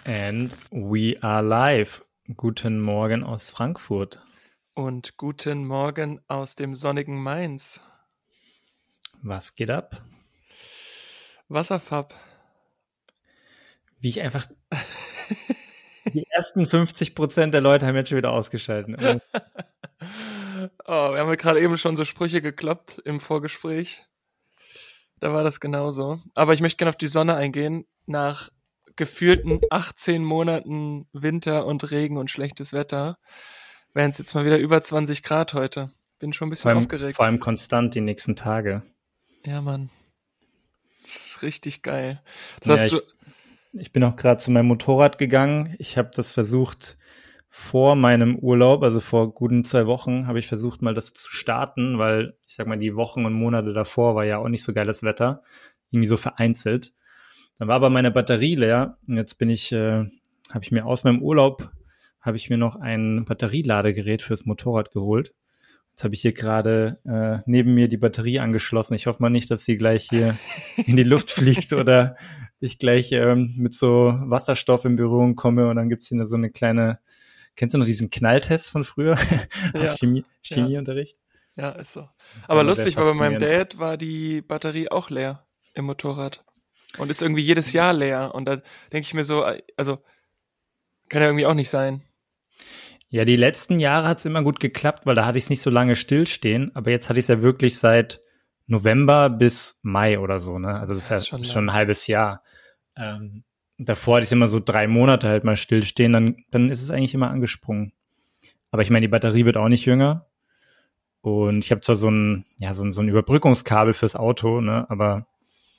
And we are live. Guten Morgen aus Frankfurt. Und guten Morgen aus dem sonnigen Mainz. Was geht ab? Wasserfab. Wie ich einfach... Die ersten 50% der Leute haben jetzt schon wieder ausgeschaltet. Wir haben ja gerade eben schon so Sprüche gekloppt im Vorgespräch. Da war das genauso. Aber ich möchte gerne auf die Sonne eingehen. Nach gefühlten 18 Monaten Winter und Regen und schlechtes Wetter wären es jetzt mal wieder über 20 Grad heute. Bin schon ein bisschen aufgeregt. Vor allem konstant die nächsten Tage. Ja, Mann. Das ist richtig geil. Das heißt, ich bin auch gerade zu meinem Motorrad gegangen. Ich habe das versucht vor meinem Urlaub, also vor guten 2 Wochen, habe ich versucht mal das zu starten, weil ich sag mal, die Wochen und Monate davor war ja auch nicht so geiles Wetter. Irgendwie so vereinzelt. Dann war aber meine Batterie leer und jetzt habe ich mir aus meinem Urlaub noch ein Batterieladegerät fürs Motorrad geholt. Jetzt habe ich hier gerade neben mir die Batterie angeschlossen. Ich hoffe mal nicht, dass sie gleich hier in die Luft fliegt oder ich gleich mit so Wasserstoff in Berührung komme und dann gibt's hier so eine kleine, kennst du noch diesen Knalltest von früher? Ja. Aus Chemieunterricht? Ja, ist so. Aber lustig, weil bei meinem Dad war die Batterie auch leer im Motorrad. Und ist irgendwie jedes Jahr leer. Und da denke ich mir so, also kann ja irgendwie auch nicht sein. Ja, die letzten Jahre hat es immer gut geklappt, weil da hatte ich es nicht so lange stillstehen. Aber jetzt hatte ich es ja wirklich seit November bis Mai oder so, ne? Also das heißt schon ein halbes Jahr. Davor hatte ich es immer so 3 Monate halt mal stillstehen, dann ist es eigentlich immer angesprungen. Aber ich meine, die Batterie wird auch nicht jünger. Und ich habe zwar so ein Überbrückungskabel fürs Auto, ne? Aber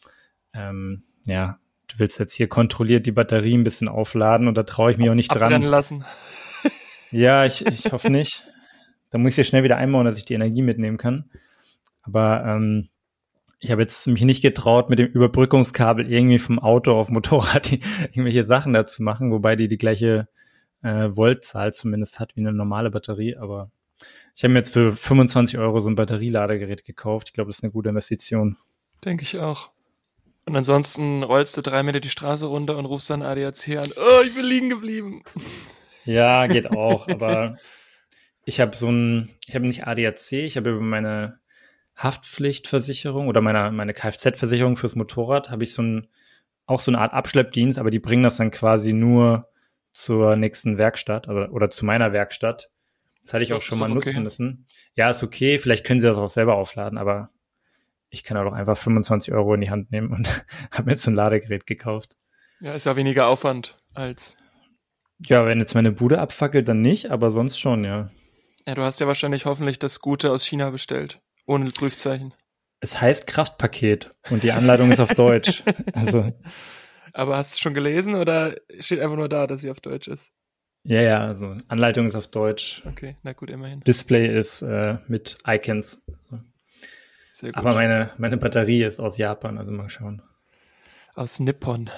du willst jetzt hier kontrolliert die Batterie ein bisschen aufladen und da traue ich mich auch nicht dran. Abbrennen lassen. Ja, ich hoffe nicht. Da muss ich ja schnell wieder einbauen, dass ich die Energie mitnehmen kann. Aber ich habe jetzt mich nicht getraut, mit dem Überbrückungskabel irgendwie vom Auto auf Motorrad irgendwelche Sachen da zu machen, wobei die gleiche Voltzahl zumindest hat wie eine normale Batterie. Aber ich habe mir jetzt für 25 € so ein Batterieladegerät gekauft. Ich glaube, das ist eine gute Investition. Denke ich auch. Und ansonsten rollst du 3 Meter die Straße runter und rufst dann ADAC an. Oh, ich bin liegen geblieben. Ja, geht auch, aber ich habe nicht ADAC, ich habe über meine Haftpflichtversicherung oder meine Kfz-Versicherung fürs Motorrad habe ich auch so eine Art Abschleppdienst, aber die bringen das dann quasi nur zur nächsten Werkstatt oder zu meiner Werkstatt. Das hatte ich auch schon mal nutzen müssen. Ja, ist okay, vielleicht können sie das auch selber aufladen, aber ich kann auch einfach 25 € in die Hand nehmen und habe mir jetzt so ein Ladegerät gekauft. Ja, ist ja weniger Aufwand als... Ja, wenn jetzt meine Bude abfackelt, dann nicht, aber sonst schon, ja. Ja, du hast ja wahrscheinlich hoffentlich das Gute aus China bestellt, ohne Prüfzeichen. Es heißt Kraftpaket und die Anleitung ist auf Deutsch. Also. Aber hast du es schon gelesen oder steht einfach nur da, dass sie auf Deutsch ist? Ja, also Anleitung ist auf Deutsch. Okay, na gut, immerhin. Display ist mit Icons. Sehr gut. Aber meine Batterie ist aus Japan, also mal schauen. Aus Nippon.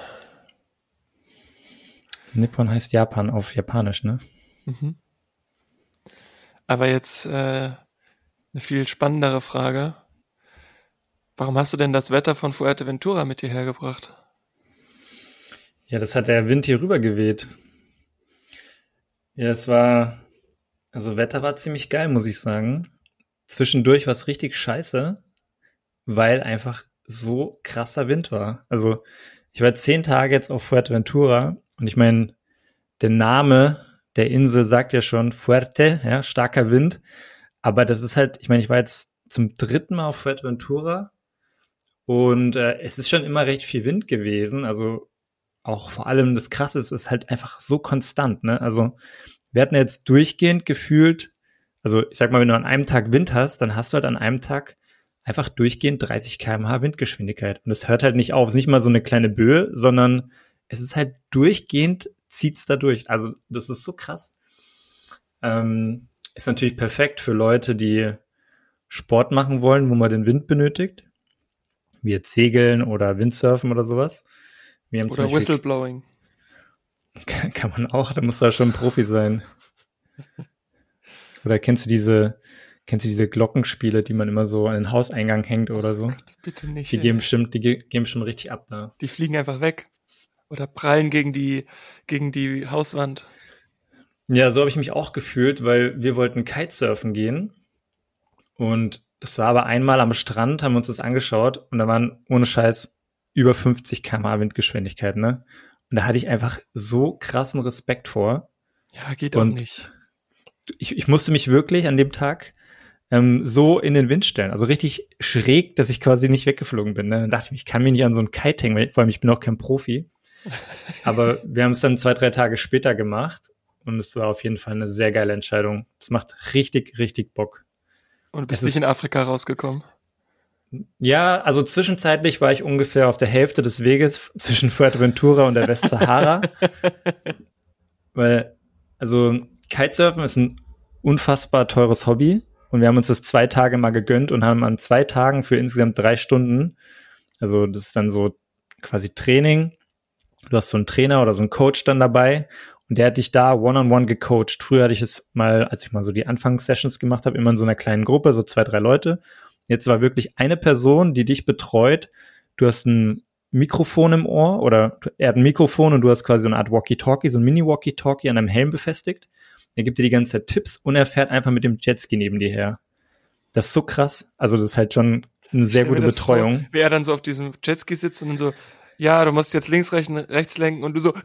Nippon heißt Japan auf Japanisch, ne? Mhm. Aber jetzt eine viel spannendere Frage. Warum hast du denn das Wetter von Fuerteventura mit hierher gebracht? Ja, das hat der Wind hier rüber geweht. Ja, Wetter war ziemlich geil, muss ich sagen. Zwischendurch war es richtig scheiße, weil einfach so krasser Wind war. Also ich war 10 Tage jetzt auf Fuerteventura und ich meine, der Name der Insel sagt ja schon Fuerte, ja, starker Wind. Aber das ist halt, ich meine, ich war jetzt zum 3. Mal auf Fuerteventura und es ist schon immer recht viel Wind gewesen. Also auch vor allem das Krasse ist halt einfach so konstant, ne? Also wir hatten jetzt durchgehend gefühlt, also ich sag mal, wenn du an einem Tag Wind hast, dann hast du halt an einem Tag einfach durchgehend 30 km/h Windgeschwindigkeit. Und es hört halt nicht auf. Es ist nicht mal so eine kleine Böe, sondern es ist halt durchgehend, zieht's da durch. Also das ist so krass. Ist natürlich perfekt für Leute, die Sport machen wollen, wo man den Wind benötigt. Wie jetzt Segeln oder Windsurfen oder sowas. Oder Whistleblowing. Kann man auch, da muss da schon ein Profi sein. Oder kennst du diese Glockenspiele, die man immer so an den Hauseingang hängt oder so? Bitte nicht. Die geben bestimmt richtig ab da. Die fliegen einfach weg. Oder prallen gegen die Hauswand. Ja, so habe ich mich auch gefühlt, weil wir wollten Kitesurfen gehen. Und das war aber einmal am Strand, haben wir uns das angeschaut und da waren ohne Scheiß über 50 km/h Windgeschwindigkeit, ne? Und da hatte ich einfach so krassen Respekt vor. Ja, geht auch Und nicht. ich musste mich wirklich an dem Tag so in den Wind stellen, also richtig schräg, dass ich quasi nicht weggeflogen bin. Ne? Dann dachte ich mir, ich kann mich nicht an so ein Kite hängen, vor allem ich bin auch kein Profi. Aber wir haben es dann 2-3 Tage später gemacht und es war auf jeden Fall eine sehr geile Entscheidung. Es macht richtig, richtig Bock. Und du bist nicht in Afrika rausgekommen. Ja, also zwischenzeitlich war ich ungefähr auf der Hälfte des Weges zwischen Fuerteventura und der Westsahara. Weil, also Kitesurfen ist ein unfassbar teures Hobby. Und wir haben uns das 2 Tage mal gegönnt und haben an 2 Tagen für insgesamt 3 Stunden, also das ist dann so quasi Training. Du hast so einen Trainer oder so einen Coach dann dabei und der hat dich da one-on-one gecoacht. Früher hatte ich es mal, als ich mal so die Anfangssessions gemacht habe, immer in so einer kleinen Gruppe, so 2, 3 Leute. Jetzt war wirklich eine Person, die dich betreut. Du hast ein Mikrofon im Ohr oder er hat ein Mikrofon und du hast quasi so eine Art Walkie-Talkie, so ein Mini-Walkie-Talkie an deinem Helm befestigt. Er gibt dir die ganze Zeit Tipps und er fährt einfach mit dem Jetski neben dir her. Das ist so krass. Also das ist halt schon eine sehr gute Betreuung. Vor, wie er dann so auf diesem Jetski sitzt und dann so, ja, du musst jetzt links, rechts lenken und du so, ich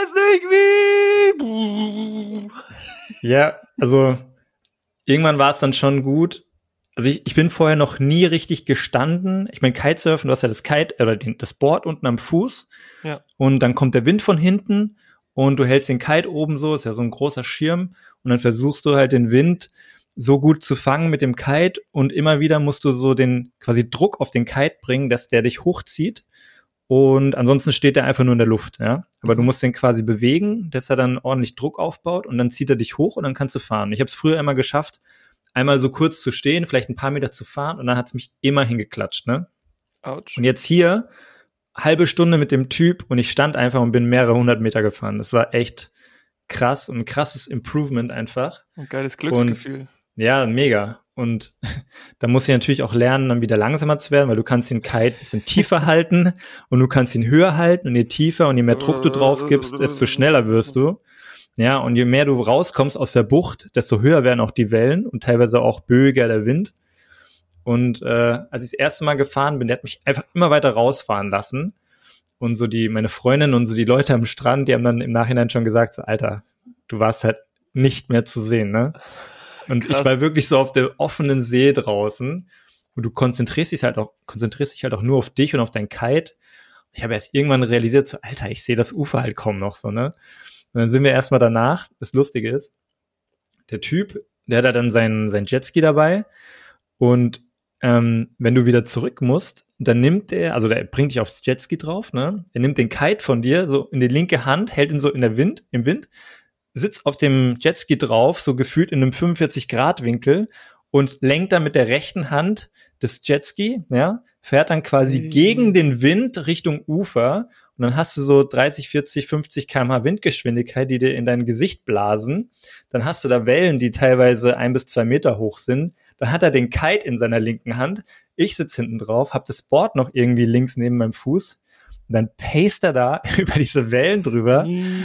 weiß nicht wie. Ja, also irgendwann war es dann schon gut. Also ich bin vorher noch nie richtig gestanden. Ich meine, Kitesurfen, du hast ja das Kite oder das Board unten am Fuß. Ja. Und dann kommt der Wind von hinten und du hältst den Kite oben so, ist ja so ein großer Schirm. Und dann versuchst du halt den Wind so gut zu fangen mit dem Kite und immer wieder musst du so den quasi Druck auf den Kite bringen, dass der dich hochzieht. Und ansonsten steht er einfach nur in der Luft, ja. Aber du musst den quasi bewegen, dass er dann ordentlich Druck aufbaut und dann zieht er dich hoch und dann kannst du fahren. Ich habe es früher immer geschafft, einmal so kurz zu stehen, vielleicht ein paar Meter zu fahren und dann hat's mich immer hingeklatscht, ne? Ouch. Und jetzt hier, halbe Stunde mit dem Typ und ich stand einfach und bin mehrere 100 Meter gefahren. Das war echt krass und ein krasses Improvement einfach. Ein geiles Glücksgefühl. Und, ja, mega. Und da muss ich natürlich auch lernen, dann wieder langsamer zu werden, weil du kannst den Kite ein bisschen tiefer halten und du kannst ihn höher halten und je tiefer und je mehr Druck du drauf gibst, desto schneller wirst du. Ja, und je mehr du rauskommst aus der Bucht, desto höher werden auch die Wellen und teilweise auch böiger der Wind. Und als ich das erste Mal gefahren bin, der hat mich einfach immer weiter rausfahren lassen. Und so meine Freundin und so die Leute am Strand, die haben dann im Nachhinein schon gesagt, so Alter, du warst halt nicht mehr zu sehen, ne? Und Krass. ich war wirklich so auf der offenen See draußen und du konzentrierst dich halt auch nur auf dich und auf dein Kite. Ich habe erst irgendwann realisiert, so Alter, ich sehe das Ufer halt kaum noch so, ne? Und dann sind wir erstmal danach, das Lustige ist, der Typ, der hat da dann sein Jetski dabei und wenn du wieder zurück musst, dann nimmt der bringt dich aufs Jetski drauf, ne? Er nimmt den Kite von dir so in die linke Hand, hält ihn so im Wind, sitzt auf dem Jetski drauf, so gefühlt in einem 45-Grad-Winkel und lenkt dann mit der rechten Hand das Jetski, ja, fährt dann quasi gegen den Wind Richtung Ufer und dann hast du so 30, 40, 50 km/h Windgeschwindigkeit, die dir in dein Gesicht blasen. Dann hast du da Wellen, die teilweise 1 bis 2 Meter hoch sind. Dann hat er den Kite in seiner linken Hand. Ich sitze hinten drauf, hab das Board noch irgendwie links neben meinem Fuß. Und dann paced er da über diese Wellen drüber.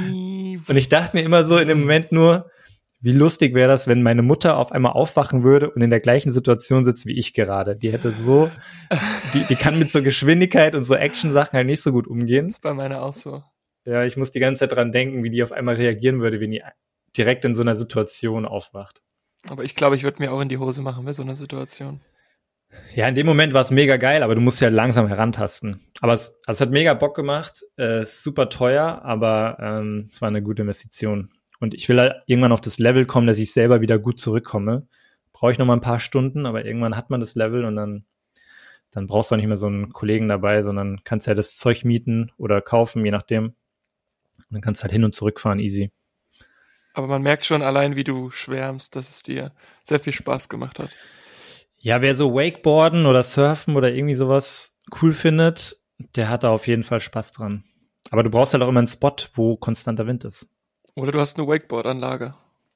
Und ich dachte mir immer so in dem Moment nur, wie lustig wäre das, wenn meine Mutter auf einmal aufwachen würde und in der gleichen Situation sitzt wie ich gerade. Die hätte so, die kann mit so Geschwindigkeit und so Action-Sachen halt nicht so gut umgehen. Das ist bei meiner auch so. Ja, ich muss die ganze Zeit dran denken, wie die auf einmal reagieren würde, wenn die direkt in so einer Situation aufwacht. Aber ich glaube, ich würde mir auch in die Hose machen bei so einer Situation. Ja, in dem Moment war es mega geil, aber du musst ja langsam herantasten. Aber es hat mega Bock gemacht, ist super teuer, aber es war eine gute Investition. Und ich will halt irgendwann auf das Level kommen, dass ich selber wieder gut zurückkomme. Brauche ich noch mal ein paar Stunden, aber irgendwann hat man das Level und dann brauchst du auch nicht mehr so einen Kollegen dabei, sondern kannst ja das Zeug mieten oder kaufen, je nachdem. Und dann kannst du halt hin und zurückfahren, easy. Aber man merkt schon allein, wie du schwärmst, dass es dir sehr viel Spaß gemacht hat. Ja, wer so Wakeboarden oder Surfen oder irgendwie sowas cool findet, der hat da auf jeden Fall Spaß dran. Aber du brauchst halt auch immer einen Spot, wo konstanter Wind ist. Oder du hast eine Wakeboard-Anlage.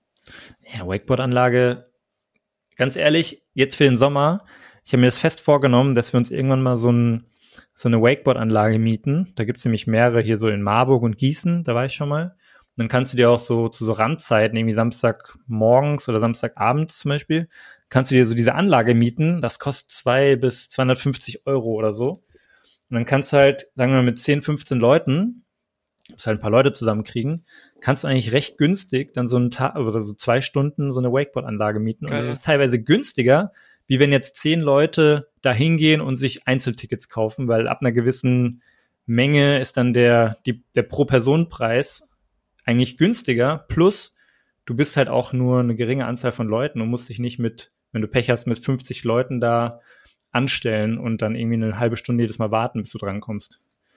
Ja, Wakeboard-Anlage, ganz ehrlich, jetzt für den Sommer, ich habe mir das fest vorgenommen, dass wir uns irgendwann mal so ein so eine Wakeboard-Anlage mieten. Da gibt's nämlich mehrere hier so in Marburg und Gießen, da war ich schon mal. Und dann kannst du dir auch so zu so Randzeiten, irgendwie Samstagmorgens oder Samstagabends zum Beispiel, kannst du dir so diese Anlage mieten. Das kostet 200 bis 250 Euro oder so. Und dann kannst du halt, sagen wir mal, mit 10, 15 Leuten, musst halt ein paar Leute zusammenkriegen, kannst du eigentlich recht günstig dann so einen Tag oder so 2 Stunden so eine Wakeboard-Anlage mieten. Geil. Und das ist teilweise günstiger, wie wenn jetzt 10 Leute da hingehen und sich Einzeltickets kaufen, weil ab einer gewissen Menge ist dann der Pro-Person-Preis eigentlich günstiger. Plus, du bist halt auch nur eine geringe Anzahl von Leuten und musst dich nicht mit, wenn du Pech hast, mit 50 Leuten da anstellen und dann irgendwie eine halbe Stunde jedes Mal warten, bis du drankommst.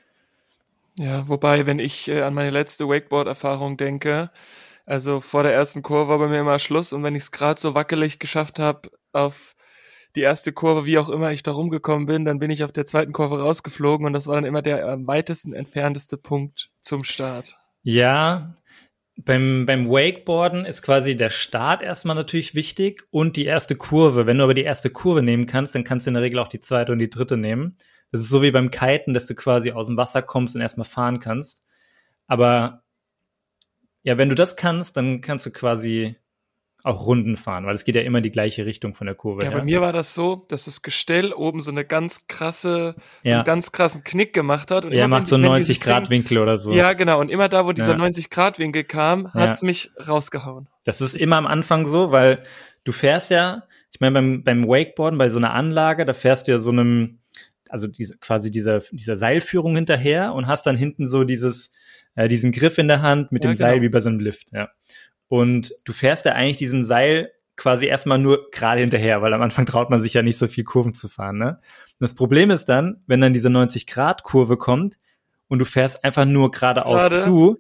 Ja, wobei, wenn ich an meine letzte Wakeboard-Erfahrung denke, also vor der ersten Kurve war bei mir immer Schluss und wenn ich es gerade so wackelig geschafft habe auf die erste Kurve, wie auch immer ich da rumgekommen bin, dann bin ich auf der zweiten Kurve rausgeflogen und das war dann immer der am weitesten entfernteste Punkt zum Start. Ja, beim Wakeboarden ist quasi der Start erstmal natürlich wichtig und die erste Kurve. Wenn du aber die erste Kurve nehmen kannst, dann kannst du in der Regel auch die zweite und die dritte nehmen. Das ist so wie beim Kiten, dass du quasi aus dem Wasser kommst und erstmal fahren kannst. Aber ja, wenn du das kannst, dann kannst du quasi auch Runden fahren, weil es geht ja immer die gleiche Richtung von der Kurve Ja, her. bei mir war das so, dass das Gestell oben so einen ganz krassen Knick gemacht hat. Und Ja, immer macht so 90-Grad-Winkel oder so. Ja, genau. Und immer da, wo dieser Ja. 90-Grad-Winkel kam, hat's mich rausgehauen. Das ist immer am Anfang so, weil du fährst ja, ich meine, beim Wakeboarden, bei so einer Anlage, da fährst du ja so einem, also dieser Seilführung hinterher und hast dann hinten so diesen Griff in der Hand mit dem Seil wie bei so einem Lift, ja. Und du fährst ja eigentlich diesem Seil quasi erstmal nur gerade hinterher, weil am Anfang traut man sich ja nicht so viel Kurven zu fahren, ne? Und das Problem ist dann, wenn dann diese 90-Grad-Kurve kommt und du fährst einfach nur geradeaus zu,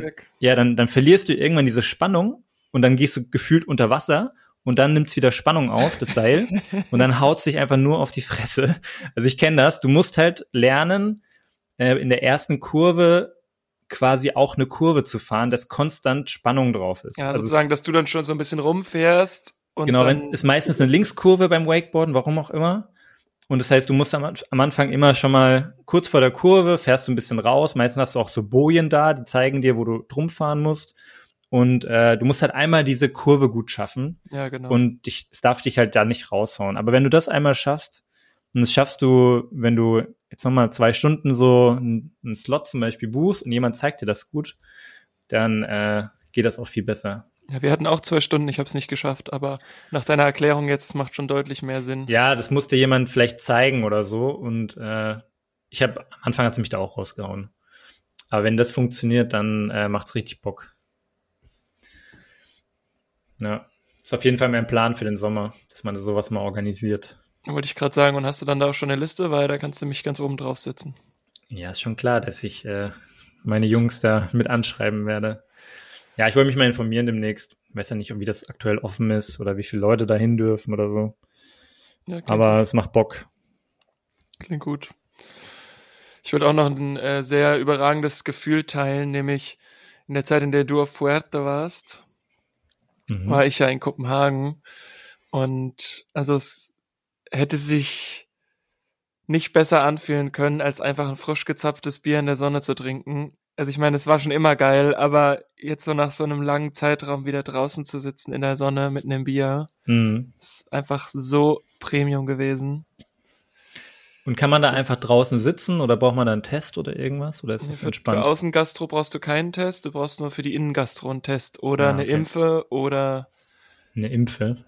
dann verlierst du irgendwann diese Spannung und dann gehst du gefühlt unter Wasser und dann nimmt's wieder Spannung auf, das Seil, und dann haut's dich einfach nur auf die Fresse. Also ich kenne das, du musst halt lernen, in der ersten Kurve quasi auch eine Kurve zu fahren, dass konstant Spannung drauf ist. Ja, also sozusagen, dass du dann schon so ein bisschen rumfährst. Und genau, dann ist meistens eine Linkskurve beim Wakeboarden, warum auch immer. Und das heißt, du musst am Anfang immer schon mal kurz vor der Kurve, fährst du ein bisschen raus. Meistens hast du auch so Bojen da, die zeigen dir, wo du drum fahren musst. Und du musst halt einmal diese Kurve gut schaffen. Ja, genau. Und es darf dich halt da nicht raushauen. Aber wenn du das einmal schaffst, und das schaffst du, wenn du jetzt nochmal 2 Stunden so einen Slot zum Beispiel buchst und jemand zeigt dir das gut, dann geht das auch viel besser. Ja, wir hatten auch 2 Stunden, ich habe es nicht geschafft, aber nach deiner Erklärung jetzt macht schon deutlich mehr Sinn. Ja, das musste jemand vielleicht zeigen oder so und am Anfang hat's mich da auch rausgehauen. Aber wenn das funktioniert, dann macht's richtig Bock. Ja, ist auf jeden Fall mein Plan für den Sommer, dass man sowas mal organisiert. Wollte ich gerade sagen, und hast du dann da auch schon eine Liste, weil da kannst du mich ganz oben drauf setzen. Ja, ist schon klar, dass ich meine Jungs da mit anschreiben werde. Ja, ich wollte mich mal informieren demnächst. Ich weiß ja nicht, wie das aktuell offen ist oder wie viele Leute da hin dürfen oder so. Ja, aber gut. Es macht Bock. Klingt gut. Ich würde auch noch ein sehr überragendes Gefühl teilen, nämlich in der Zeit, in der du auf Fuerte warst, war ich ja in Kopenhagen. Und also es hätte sich nicht besser anfühlen können, als einfach ein frisch gezapftes Bier in der Sonne zu trinken. Also ich meine, es war schon immer geil, aber jetzt so nach so einem langen Zeitraum wieder draußen zu sitzen in der Sonne mit einem Bier, ist einfach so Premium gewesen. Und kann man da einfach draußen sitzen oder braucht man da einen Test oder irgendwas? Oder ist das entspannt? Für Außengastro brauchst du keinen Test, du brauchst nur für die Innengastro einen Test oder eine Impfe oder... Eine Impfe?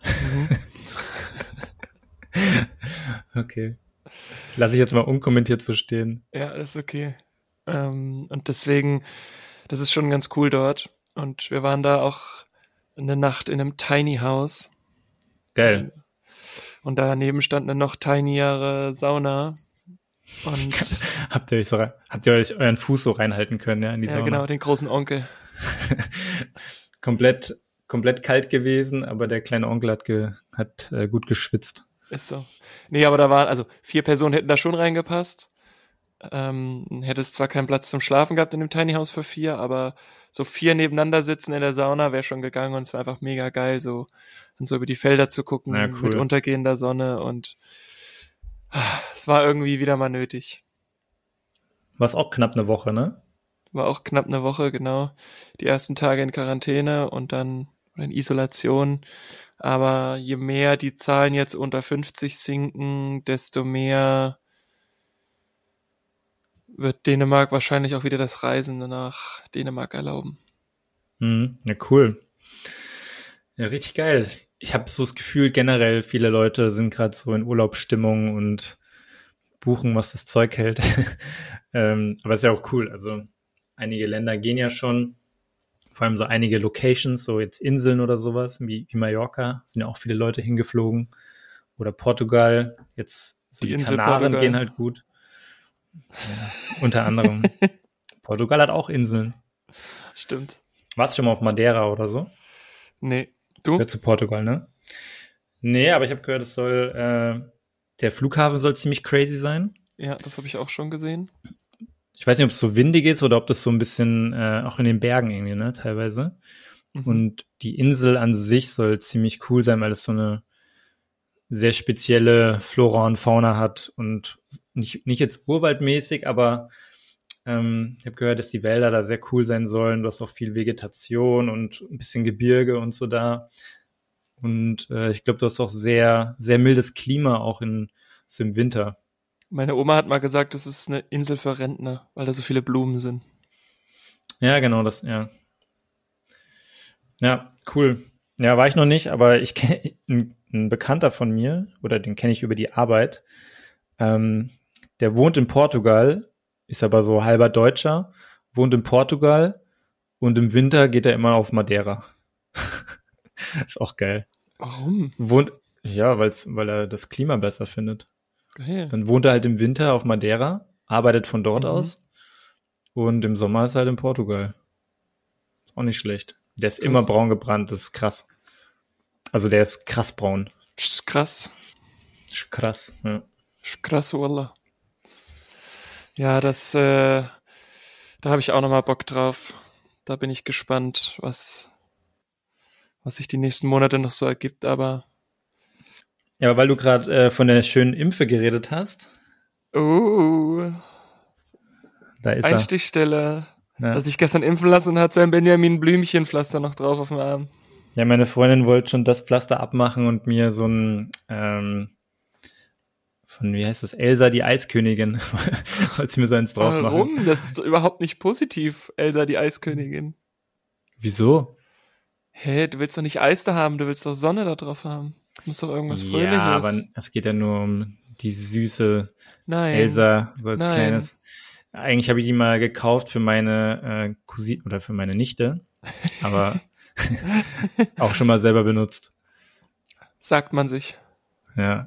Okay. Lass ich jetzt mal unkommentiert so stehen. Ja, das ist okay. Und deswegen, das ist schon ganz cool dort. Und wir waren da auch eine Nacht in einem Tiny House. Geil. Und daneben stand eine noch tiniere Sauna. Und habt ihr euch euren Fuß so reinhalten können, ja, in die Sauna? Ja, genau, den großen Onkel. komplett kalt gewesen, aber der kleine Onkel hat gut geschwitzt. Ist so. Nee, aber da waren, also 4 Personen hätten da schon reingepasst. Hätte es zwar keinen Platz zum Schlafen gehabt in dem Tiny House für 4, aber so 4 nebeneinander sitzen in der Sauna wäre schon gegangen und es war einfach mega geil, so über die Felder zu gucken, mit untergehender Sonne und es war irgendwie wieder mal nötig. War's auch knapp eine Woche, ne? War auch knapp eine Woche, genau. Die ersten Tage in Quarantäne und dann in Isolation. Aber je mehr die Zahlen jetzt unter 50 sinken, desto mehr wird Dänemark wahrscheinlich auch wieder das Reisen nach Dänemark erlauben. Ja, cool. Ja, richtig geil. Ich habe so das Gefühl, generell viele Leute sind gerade so in Urlaubsstimmung und buchen, was das Zeug hält. Aber ist ja auch cool. Also einige Länder gehen ja schon, vor allem so einige Locations, so jetzt Inseln oder sowas, wie Mallorca, sind ja auch viele Leute hingeflogen. Oder Portugal, jetzt so die Insel Kanaren Portugal. gehen halt gut. Ja, unter anderem. Portugal hat auch Inseln. Stimmt. Warst du schon mal auf Madeira oder so? Nee. Du? Gehört zu Portugal, ne? Nee, aber ich habe gehört, der Flughafen soll ziemlich crazy sein. Ja, das habe ich auch schon gesehen. Ich weiß nicht, ob es so windig ist oder ob das so ein bisschen auch in den Bergen irgendwie, ne, teilweise. Und die Insel an sich soll ziemlich cool sein, weil es so eine sehr spezielle Flora und Fauna hat und nicht jetzt urwaldmäßig, aber ich habe gehört, dass die Wälder da sehr cool sein sollen. Du hast auch viel Vegetation und ein bisschen Gebirge und so da. Und ich glaube, du hast auch sehr, sehr mildes Klima auch so im Winter. Meine Oma hat mal gesagt, das ist eine Insel für Rentner, weil da so viele Blumen sind. Ja, genau, ja. Ja, cool. Ja, war ich noch nicht, aber ich kenne ein Bekannter von mir, oder den kenne ich über die Arbeit. Der wohnt in Portugal, ist aber so halber Deutscher, wohnt in Portugal und im Winter geht er immer auf Madeira. Ist auch geil. Warum? Ja, weil er das Klima besser findet. Geil. Dann wohnt er halt im Winter auf Madeira, arbeitet von dort aus und im Sommer ist er halt in Portugal. Ist auch nicht schlecht. Der ist immer braun gebrannt, das ist krass. Also der ist krass braun. Ist krass. Ist krass, ja. Ist krass, Wallah. Ja, da habe ich auch nochmal Bock drauf. Da bin ich gespannt, was sich die nächsten Monate noch so ergibt, aber Ja, aber weil du gerade von der schönen Impfe geredet hast. Da ist Einstichstelle. Ja. Als ich gestern impfen lassen, hat sein Benjamin Blümchenpflaster noch drauf auf dem Arm. Ja, meine Freundin wollte schon das Pflaster abmachen und mir so ein wie heißt das? Elsa, die Eiskönigin. Wollte sie mir so eins drauf machen. Warum? Das ist doch überhaupt nicht positiv, Elsa, die Eiskönigin. Wieso? Hä, du willst doch nicht Eis da haben, du willst doch Sonne da drauf haben. Muss doch irgendwas Fröhliches. Ja, aber es geht ja nur um die süße Nein. Elsa, so als Nein. kleines. Eigentlich habe ich die mal gekauft für meine Cousine oder für meine Nichte, aber auch schon mal selber benutzt. Sagt man sich. Ja.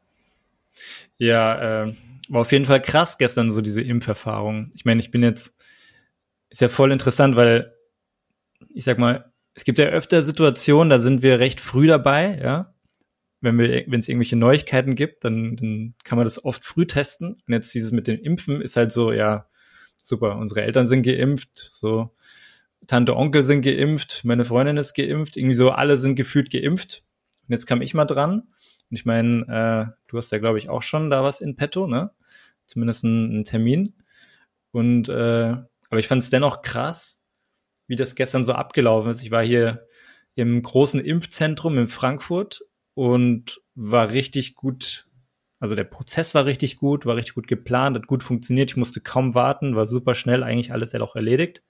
Ja, war auf jeden Fall krass gestern so diese Impferfahrung. Ich meine, ist ja voll interessant, weil ich sag mal, es gibt ja öfter Situationen, da sind wir recht früh dabei, ja. Wenn es irgendwelche Neuigkeiten gibt, dann kann man das oft früh testen. Und jetzt dieses mit dem Impfen ist halt so, ja, super, unsere Eltern sind geimpft, so Tante, Onkel sind geimpft, meine Freundin ist geimpft, irgendwie so, alle sind gefühlt geimpft. Und jetzt kam ich mal dran. Und ich meine, du hast ja, glaube ich, auch schon da was in petto, ne? Zumindest einen Termin. Und aber ich fand es dennoch krass, wie das gestern so abgelaufen ist. Ich war hier im großen Impfzentrum in Frankfurt und war richtig gut, also der Prozess war richtig gut geplant, hat gut funktioniert, ich musste kaum warten, war super schnell, eigentlich alles ja auch erledigt.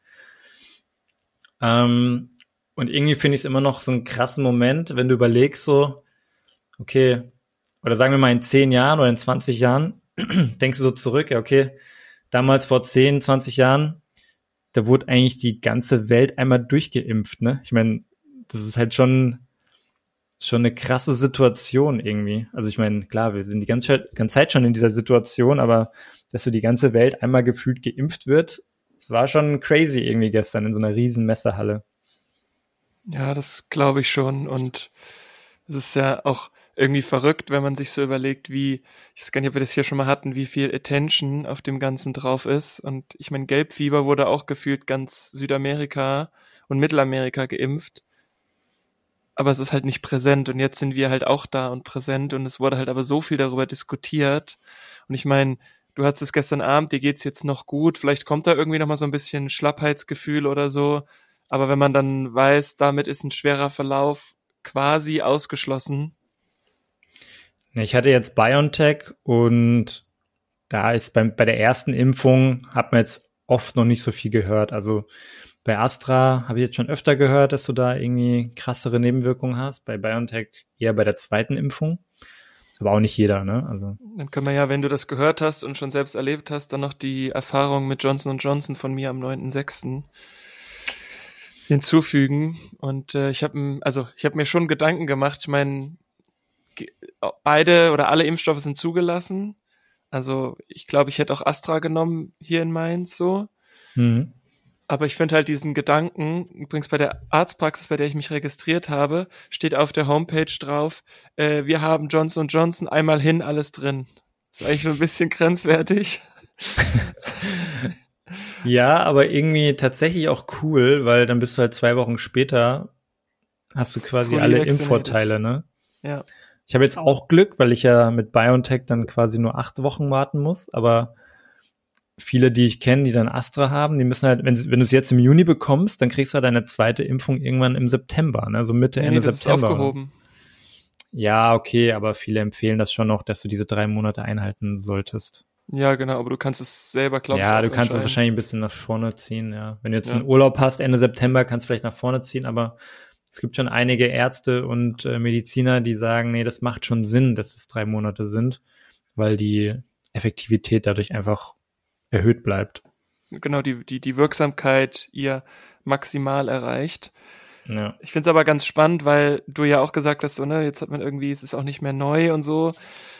Und irgendwie finde ich es immer noch so einen krassen Moment, wenn du überlegst so, okay, oder sagen wir mal in 10 Jahren oder in 20 Jahren, denkst du so zurück, ja okay, damals vor 10, 20 Jahren, da wurde eigentlich die ganze Welt einmal durchgeimpft, ne? Ich meine, das ist halt schon eine krasse Situation irgendwie. Also ich meine, klar, wir sind die ganze Zeit schon in dieser Situation, aber dass so die ganze Welt einmal gefühlt geimpft wird, das war schon crazy irgendwie gestern in so einer riesen Messehalle. Ja, das glaube ich schon. Und es ist ja auch irgendwie verrückt, wenn man sich so überlegt, ich weiß gar nicht, ob wir das hier schon mal hatten, wie viel Attention auf dem Ganzen drauf ist. Und ich meine, Gelbfieber wurde auch gefühlt ganz Südamerika und Mittelamerika geimpft. Aber es ist halt nicht präsent. Und jetzt sind wir halt auch da und präsent. Und es wurde halt aber so viel darüber diskutiert. Und ich meine, du hattest es gestern Abend, dir geht's jetzt noch gut, vielleicht kommt da irgendwie nochmal so ein bisschen Schlappheitsgefühl oder so, aber wenn man dann weiß, damit ist ein schwerer Verlauf quasi ausgeschlossen. Ich hatte jetzt BioNTech und da ist bei der ersten Impfung hat man jetzt oft noch nicht so viel gehört. Also bei Astra habe ich jetzt schon öfter gehört, dass du da irgendwie krassere Nebenwirkungen hast. Bei BioNTech eher bei der zweiten Impfung. Aber auch nicht jeder, ne? Also. Dann können wir ja, wenn du das gehört hast und schon selbst erlebt hast, dann noch die Erfahrung mit Johnson & Johnson von mir am 9.6. hinzufügen. Und ich habe mir schon Gedanken gemacht. Ich meine, beide oder alle Impfstoffe sind zugelassen. Also ich glaube, ich hätte auch Astra genommen hier in Mainz so. Mhm. Aber ich finde halt diesen Gedanken, übrigens bei der Arztpraxis, bei der ich mich registriert habe, steht auf der Homepage drauf, wir haben Johnson & Johnson, einmal hin, alles drin. Ist eigentlich schon ein bisschen grenzwertig. Ja, aber irgendwie tatsächlich auch cool, weil dann bist du halt 2 Wochen später, hast du quasi Fully alle vaccinated. Impfvorteile, ne? Ja. Ich habe jetzt auch Glück, weil ich ja mit BioNTech dann quasi nur 8 Wochen warten muss, aber viele, die ich kenne, die dann Astra haben, die müssen halt, wenn du es jetzt im Juni bekommst, dann kriegst du halt deine zweite Impfung irgendwann im September, ne? So Mitte, Ende das September. ist aufgehoben. Ja, okay, aber viele empfehlen das schon noch, dass du diese 3 Monate einhalten solltest. Ja, genau, aber du kannst es selber, glaube ich, Ja, auch du kannst es entscheiden. wahrscheinlich ein bisschen nach vorne ziehen, ja. Wenn du jetzt Ja. einen Urlaub hast, Ende September, kannst du vielleicht nach vorne ziehen, aber es gibt schon einige Ärzte und Mediziner, die sagen, nee, das macht schon Sinn, dass es 3 Monate sind, weil die Effektivität dadurch einfach erhöht bleibt. Genau, die Wirksamkeit ihr maximal erreicht. Ja. Ich finde es aber ganz spannend, weil du ja auch gesagt hast, so, ne, jetzt hat man irgendwie, es ist auch nicht mehr neu und so.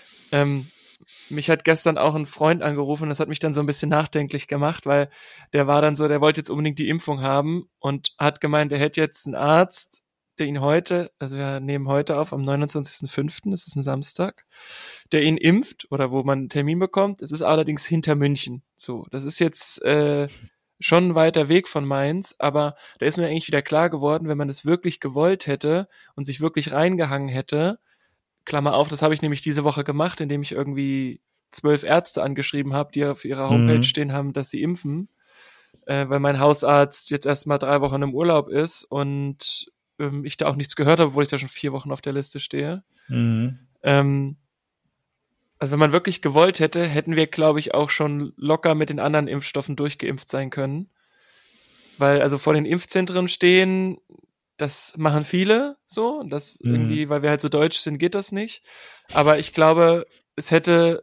Mich hat gestern auch ein Freund angerufen, das hat mich dann so ein bisschen nachdenklich gemacht, weil der war dann so, der wollte jetzt unbedingt die Impfung haben und hat gemeint, er hätte jetzt einen Arzt, der ihn heute, also wir nehmen heute auf, am 29.05., das ist ein Samstag, der ihn impft oder wo man einen Termin bekommt. Es ist allerdings hinter München. So, das ist jetzt schon ein weiter Weg von Mainz, aber da ist mir eigentlich wieder klar geworden, wenn man es wirklich gewollt hätte und sich wirklich reingehangen hätte, Klammer auf, das habe ich nämlich diese Woche gemacht, indem ich irgendwie 12 Ärzte angeschrieben habe, die auf ihrer Homepage stehen haben, dass sie impfen, weil mein Hausarzt jetzt erstmal 3 Wochen im Urlaub ist und ich da auch nichts gehört habe, obwohl ich da schon 4 Wochen auf der Liste stehe. Mhm. Also wenn man wirklich gewollt hätte, hätten wir, glaube ich, auch schon locker mit den anderen Impfstoffen durchgeimpft sein können. Weil also vor den Impfzentren stehen, das machen viele so, das irgendwie, weil wir halt so deutsch sind, geht das nicht. Aber ich glaube, es hätte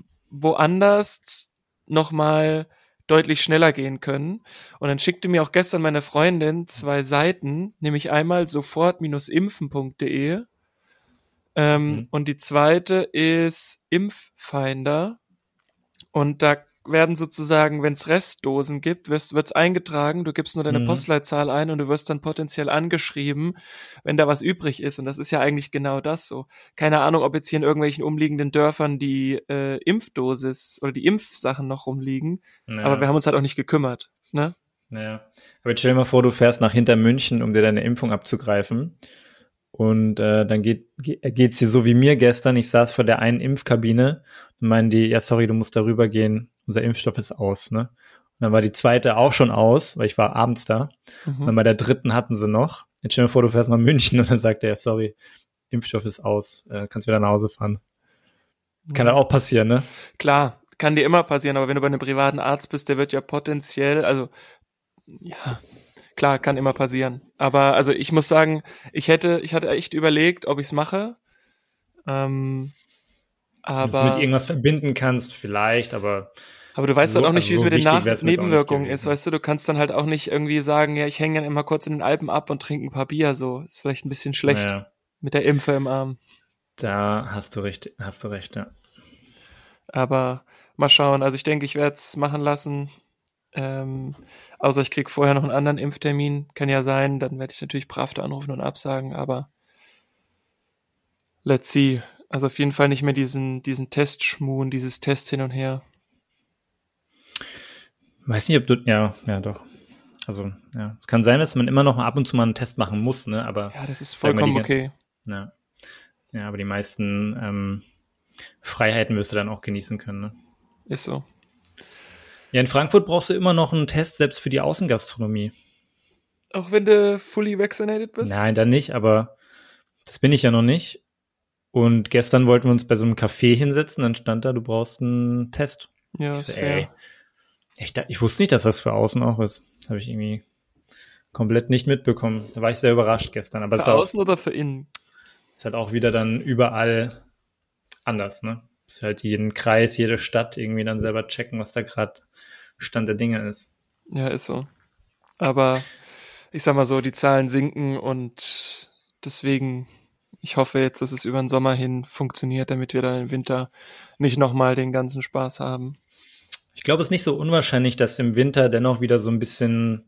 woanders nochmal deutlich schneller gehen können. Und dann schickte mir auch gestern meine Freundin 2 Seiten, nämlich einmal sofort-impfen.de und die zweite ist Impffinder. Und da werden sozusagen, wenn es Restdosen gibt, wird's eingetragen, du gibst nur deine Postleitzahl ein und du wirst dann potenziell angeschrieben, wenn da was übrig ist. Und das ist ja eigentlich genau das so. Keine Ahnung, ob jetzt hier in irgendwelchen umliegenden Dörfern die Impfdosis oder die Impfsachen noch rumliegen, aber wir haben uns halt auch nicht gekümmert, ne? Ja. Aber jetzt stell dir mal vor, du fährst nach Hintermünchen, um dir deine Impfung abzugreifen. Und dann geht's dir so wie mir gestern. Ich saß vor der einen Impfkabine und meinen die, ja sorry, du musst darüber gehen, unser Impfstoff ist aus, ne? Und dann war die zweite auch schon aus, weil ich war abends da. Und dann bei der dritten hatten sie noch. Jetzt stell dir vor, du fährst nach München und dann sagt er, ja sorry, Impfstoff ist aus, kannst wieder nach Hause fahren. Kann ja auch passieren, ne? Klar, kann dir immer passieren, aber wenn du bei einem privaten Arzt bist, der wird ja potenziell, also ja, klar, kann immer passieren. Aber also ich muss sagen, ich hatte echt überlegt, ob ich es mache. Wenn du es Aber mit irgendwas verbinden kannst, vielleicht, aber du weißt halt auch nicht, wie es mit den wichtig wär's mir jetzt auch nicht Nebenwirkungen ist, gewesen. weißt du? Du kannst dann halt auch nicht irgendwie sagen, ja, ich hänge dann immer kurz in den Alpen ab und trinke ein paar Bier, so. Ist vielleicht ein bisschen schlecht Naja, mit der Impfe im Arm. da hast du recht, ja. Aber mal schauen. Also ich denke, ich werde es machen lassen. Außer ich krieg vorher noch einen anderen Impftermin. Kann ja sein, dann werde ich natürlich brav da anrufen und absagen, aber let's see. Also auf jeden Fall nicht mehr diesen Testschmuhen, dieses Test hin und her. Weiß nicht, ob du, ja, doch. Also, ja. Es kann sein, dass man immer noch ab und zu mal einen Test machen muss, ne, aber. Ja, das ist sag mal, vollkommen okay. Ja. Ja, aber die meisten Freiheiten wirst du dann auch genießen können, ne? Ist so. Ja, in Frankfurt brauchst du immer noch einen Test, selbst für die Außengastronomie. Auch wenn du fully vaccinated bist? Nein, dann nicht, aber das bin ich ja noch nicht. Und gestern wollten wir uns bei so einem Café hinsetzen, dann stand da, du brauchst einen Test. Ja, Ich ist so, fair. ich wusste nicht, dass das für außen auch ist. Das habe ich irgendwie komplett nicht mitbekommen. Da war ich sehr überrascht gestern. Aber es Für außen oder für innen? ist halt auch wieder dann überall anders, ne? Ist halt jeden Kreis, jede Stadt irgendwie dann selber checken, was da gerade Stand der Dinge ist. Ja, ist so. Aber ich sag mal so, die Zahlen sinken und deswegen, ich hoffe jetzt, dass es über den Sommer hin funktioniert, damit wir dann im Winter nicht nochmal den ganzen Spaß haben. Ich glaube, es ist nicht so unwahrscheinlich, dass im Winter dennoch wieder so ein bisschen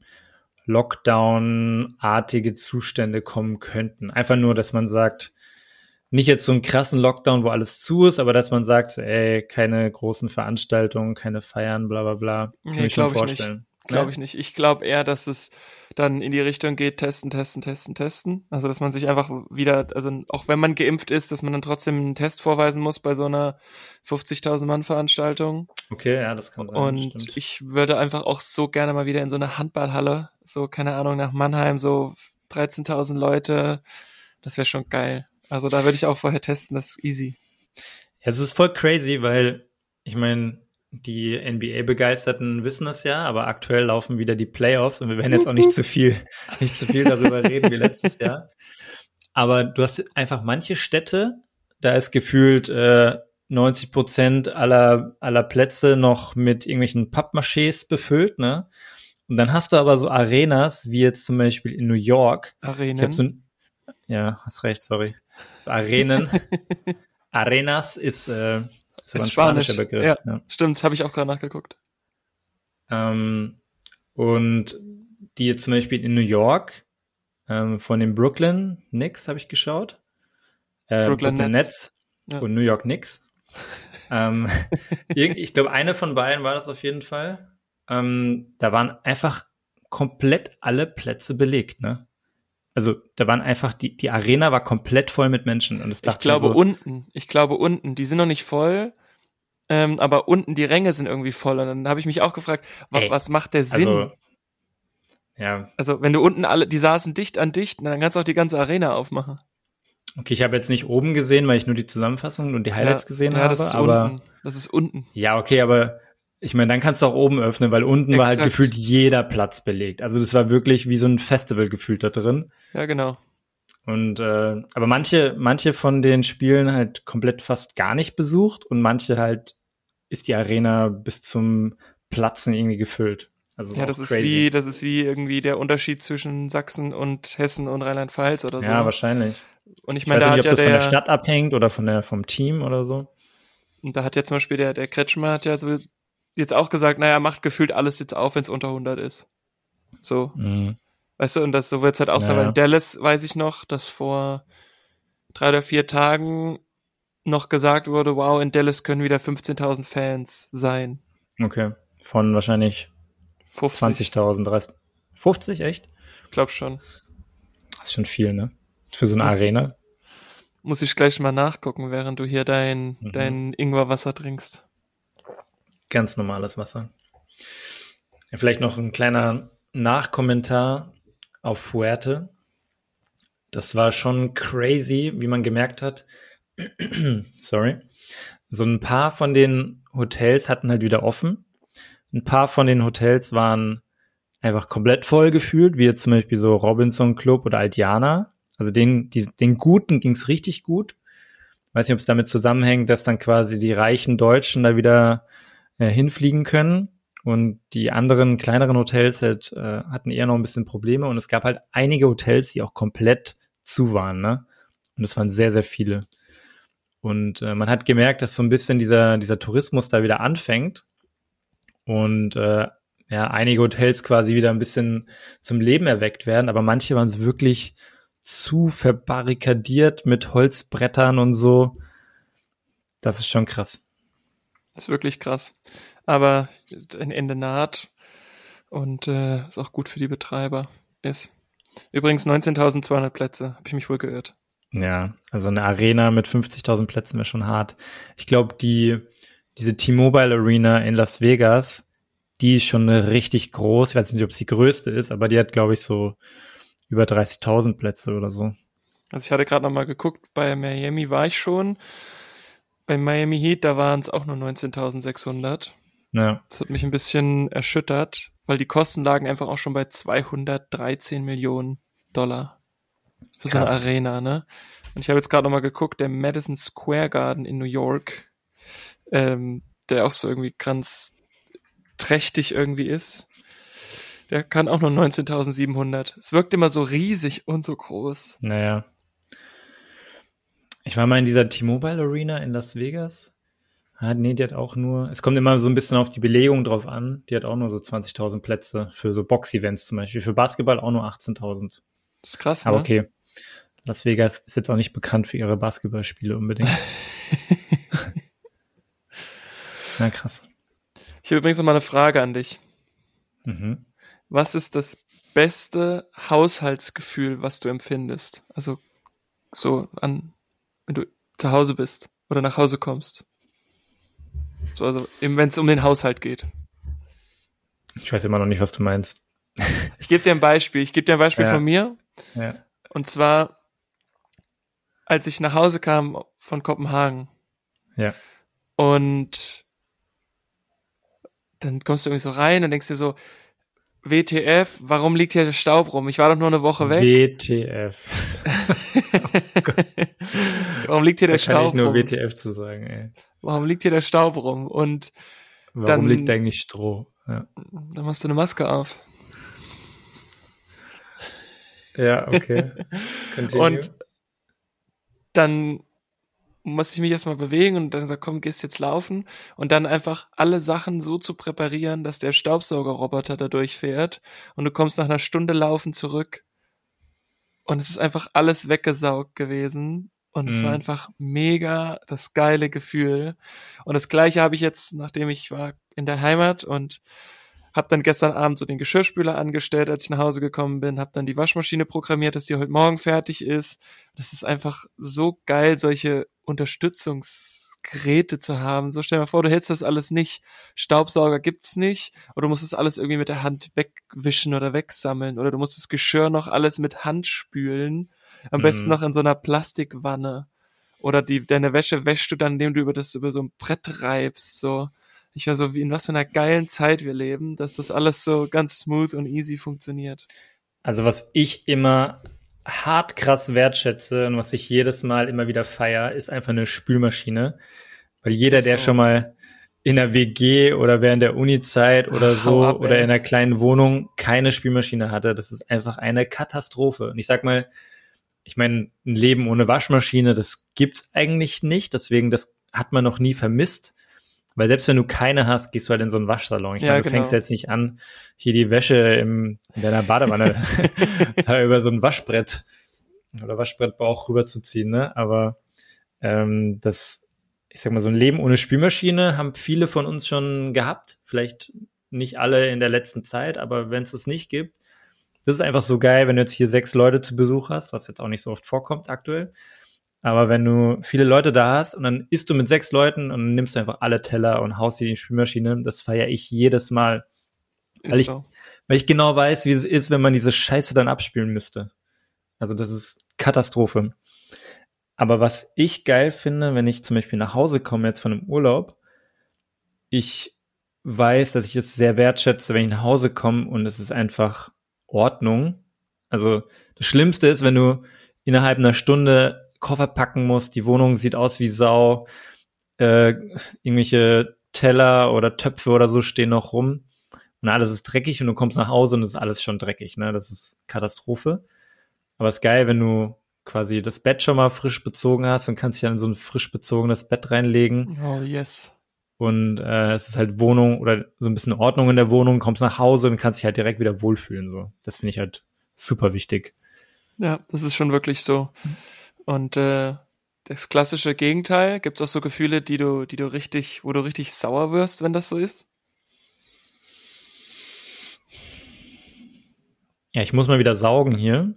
Lockdown-artige Zustände kommen könnten. Einfach nur, dass man sagt, nicht jetzt so einen krassen Lockdown, wo alles zu ist, aber dass man sagt, ey, keine großen Veranstaltungen, keine Feiern, bla bla bla. Kann Nee, ich schon glaube ich nicht. vorstellen. Glaube ich nicht. Ich glaube eher, dass es dann in die Richtung geht, testen. Also, dass man sich einfach wieder, also auch wenn man geimpft ist, dass man dann trotzdem einen Test vorweisen muss bei so einer 50.000 Mann Veranstaltung. Okay, ja, das kann sein, Und stimmt. ich würde einfach auch so gerne mal wieder in so eine Handballhalle, so, keine Ahnung, nach Mannheim, so 13.000 Leute. Das wäre schon geil. Also da würde ich auch vorher testen, das ist easy. Ja, es ist voll crazy, weil ich meine, die NBA-Begeisterten wissen das ja, aber aktuell laufen wieder die Playoffs und wir werden jetzt auch nicht zu viel darüber reden wie letztes Jahr. Aber du hast einfach manche Städte, da ist gefühlt 90% aller Plätze noch mit irgendwelchen Pappmachés befüllt, ne? Und dann hast du aber so Arenas, wie jetzt zum Beispiel in New York. Arenen. Ja, hast recht, sorry. So Arenen. Arenas ist aber ein spanischer Begriff. Ja, ja. stimmt, habe ich auch gerade nachgeguckt. Und die jetzt zum Beispiel in New York von den Brooklyn Knicks habe ich geschaut. Brooklyn Nets Ja. und New York Knicks. Ich glaube, eine von beiden war das auf jeden Fall. Da waren einfach komplett alle Plätze belegt, ne? Also da waren einfach, die Arena war komplett voll mit Menschen. Und Ich glaube unten, die sind noch nicht voll, aber unten die Ränge sind irgendwie voll. Und dann habe ich mich auch gefragt, was macht der Sinn? Also, ja. Also wenn du unten die saßen dicht an dicht, dann kannst du auch die ganze Arena aufmachen. Okay, ich habe jetzt nicht oben gesehen, weil ich nur die Zusammenfassung und die Highlights gesehen habe. Das ist aber unten. Das ist unten. Ja, okay, aber ich meine, dann kannst du auch oben öffnen, weil unten war halt gefühlt jeder Platz belegt. Also das war wirklich wie so ein Festival gefühlt da drin. Ja, genau. Und aber manche von den Spielen halt komplett fast gar nicht besucht und manche halt ist die Arena bis zum Platzen irgendwie gefüllt. Also ja, das ist wie irgendwie der Unterschied zwischen Sachsen und Hessen und Rheinland-Pfalz oder so. Ja, wahrscheinlich. Und ich meine, weiß nicht, ob das von der Stadt abhängt oder vom Team oder so. Und da hat ja zum Beispiel der Kretschmer hat ja so jetzt auch gesagt, naja, macht gefühlt alles jetzt auf, wenn es unter 100 ist. So. Mhm. Weißt du, und so wird es halt auch sein, weil in Dallas weiß ich noch, dass vor 3 oder 4 Tagen noch gesagt wurde, wow, in Dallas können wieder 15.000 Fans sein. Okay, von wahrscheinlich 20.000, 30. 50, echt? Ich glaube schon. Das ist schon viel, ne? Für so eine Arena. Muss ich gleich mal nachgucken, während du hier dein Ingwerwasser trinkst. Ganz normales Wasser. Ja, vielleicht noch ein kleiner Nachkommentar auf Fuerte. Das war schon crazy, wie man gemerkt hat. Sorry. So ein paar von den Hotels hatten halt wieder offen. Ein paar von den Hotels waren einfach komplett voll gefühlt, wie jetzt zum Beispiel so Robinson Club oder Altiana. Also den Guten ging's richtig gut. Weiß nicht, ob es damit zusammenhängt, dass dann quasi die reichen Deutschen da wieder hinfliegen können und die anderen kleineren Hotels halt hatten eher noch ein bisschen Probleme und es gab halt einige Hotels, die auch komplett zu waren, ne? Und es waren sehr, sehr viele. Und man hat gemerkt, dass so ein bisschen dieser Tourismus da wieder anfängt und einige Hotels quasi wieder ein bisschen zum Leben erweckt werden, aber manche waren so wirklich zu verbarrikadiert mit Holzbrettern und so. Das ist schon krass. Das ist wirklich krass. Aber ein Ende naht und ist auch gut für die Betreiber ist. Übrigens 19.200 Plätze, habe ich mich wohl geirrt. Ja, also eine Arena mit 50.000 Plätzen wäre schon hart. Ich glaube, die diese T-Mobile Arena in Las Vegas, die ist schon richtig groß. Ich weiß nicht, ob es die größte ist, aber die hat, glaube ich, so über 30.000 Plätze oder so. Also ich hatte gerade noch mal geguckt, bei Miami war ich schon. Bei Miami Heat, da waren es auch nur 19.600. Ja. Das hat mich ein bisschen erschüttert, weil die Kosten lagen einfach auch schon bei 213 Millionen Dollar für so eine Krass. Arena, ne? Und ich habe jetzt gerade noch mal geguckt, der Madison Square Garden in New York, der auch so irgendwie ganz trächtig irgendwie ist, der kann auch nur 19.700. Es wirkt immer so riesig und so groß. Naja. Ich war mal in dieser T-Mobile Arena in Las Vegas. Nee, die hat auch nur, es kommt immer so ein bisschen auf die Belegung drauf an. Die hat auch nur so 20.000 Plätze für so Box-Events zum Beispiel. Für Basketball auch nur 18.000. Das ist krass, Aber ne? okay. Las Vegas ist jetzt auch nicht bekannt für ihre Basketballspiele unbedingt. Na, krass. Ich habe übrigens noch mal eine Frage an dich. Mhm. Was ist das beste Haushaltsgefühl, was du empfindest? Also so wenn du zu Hause bist oder nach Hause kommst. So, also wenn es um den Haushalt geht. Ich weiß immer noch nicht, was du meinst. Ich gebe dir ein Beispiel. Ja. Von mir. Ja. Und zwar, als ich nach Hause kam von Kopenhagen. Ja. Und dann kommst du irgendwie so rein und denkst dir so, WTF, warum liegt hier der Staub rum? Ich war doch nur eine Woche weg. WTF. Warum liegt hier der Da kann Staub ich nur rum? WTF zu sagen, ey. Warum liegt hier der Staub rum? Und Warum dann liegt da eigentlich Stroh? Ja, dann machst du eine Maske auf. ja, okay. Continue. Und dann muss ich mich erstmal bewegen und dann sag, komm, gehst jetzt laufen und dann einfach alle Sachen so zu präparieren, dass der Staubsaugerroboter da durchfährt und du kommst nach einer Stunde Laufen zurück und es ist einfach alles weggesaugt gewesen und es war einfach mega das geile Gefühl. Und das Gleiche habe ich jetzt, nachdem ich war in der Heimat und habe dann gestern Abend so den Geschirrspüler angestellt, als ich nach Hause gekommen bin, habe dann die Waschmaschine programmiert, dass die heute Morgen fertig ist. Das ist einfach so geil, solche Unterstützungsgeräte zu haben. So stell dir mal vor, du hättest das alles nicht. Staubsauger gibt's nicht oder du musst es alles irgendwie mit der Hand wegwischen oder wegsammeln oder du musst das Geschirr noch alles mit Hand spülen. Am besten noch in so einer Plastikwanne. Oder deine Wäsche wäschst du dann, indem du über so ein Brett reibst, so. Ich war so, wie in was für einer geilen Zeit wir leben, dass das alles so ganz smooth und easy funktioniert. Also was ich immer hart krass wertschätze und was ich jedes Mal immer wieder feier, ist einfach eine Spülmaschine. Weil jeder, der schon mal in der WG oder während der Uni-Zeit oder so oder in einer kleinen Wohnung keine Spülmaschine hatte, das ist einfach eine Katastrophe. Und ich sag mal, ich meine, ein Leben ohne Waschmaschine, das gibt's eigentlich nicht. Deswegen, das hat man noch nie vermisst. Weil selbst wenn du keine hast, gehst du halt in so einen Waschsalon. Ich meine, du fängst jetzt nicht an, hier die Wäsche in deiner Badewanne da über so ein Waschbrett oder Waschbrettbauch rüberzuziehen, ne? Aber ich sag mal, so ein Leben ohne Spülmaschine haben viele von uns schon gehabt. Vielleicht nicht alle in der letzten Zeit, aber wenn es das nicht gibt, das ist einfach so geil, wenn du jetzt hier 6 Leute zu Besuch hast, was jetzt auch nicht so oft vorkommt aktuell. Aber wenn du viele Leute da hast und dann isst du mit 6 Leuten und dann nimmst du einfach alle Teller und haust sie in die Spülmaschine, das feiere ich jedes Mal. Weil ich genau weiß, wie es ist, wenn man diese Scheiße dann abspülen müsste. Also das ist Katastrophe. Aber was ich geil finde, wenn ich zum Beispiel nach Hause komme jetzt von einem Urlaub, ich weiß, dass ich es sehr wertschätze, wenn ich nach Hause komme und es ist einfach Ordnung. Also das Schlimmste ist, wenn du innerhalb einer Stunde Koffer packen musst, die Wohnung sieht aus wie Sau, irgendwelche Teller oder Töpfe oder so stehen noch rum und alles ist dreckig und du kommst nach Hause und es ist alles schon dreckig, ne? Das ist Katastrophe. Aber es ist geil, wenn du quasi das Bett schon mal frisch bezogen hast und kannst dich dann in so ein frisch bezogenes Bett reinlegen. Oh, yes. Und es ist halt Wohnung oder so ein bisschen Ordnung in der Wohnung, kommst nach Hause und kannst dich halt direkt wieder wohlfühlen. So. Das finde ich halt super wichtig. Ja, das ist schon wirklich so. Und das klassische Gegenteil, gibt es auch so Gefühle, wo du richtig sauer wirst, wenn das so ist? Ja, ich muss mal wieder saugen hier.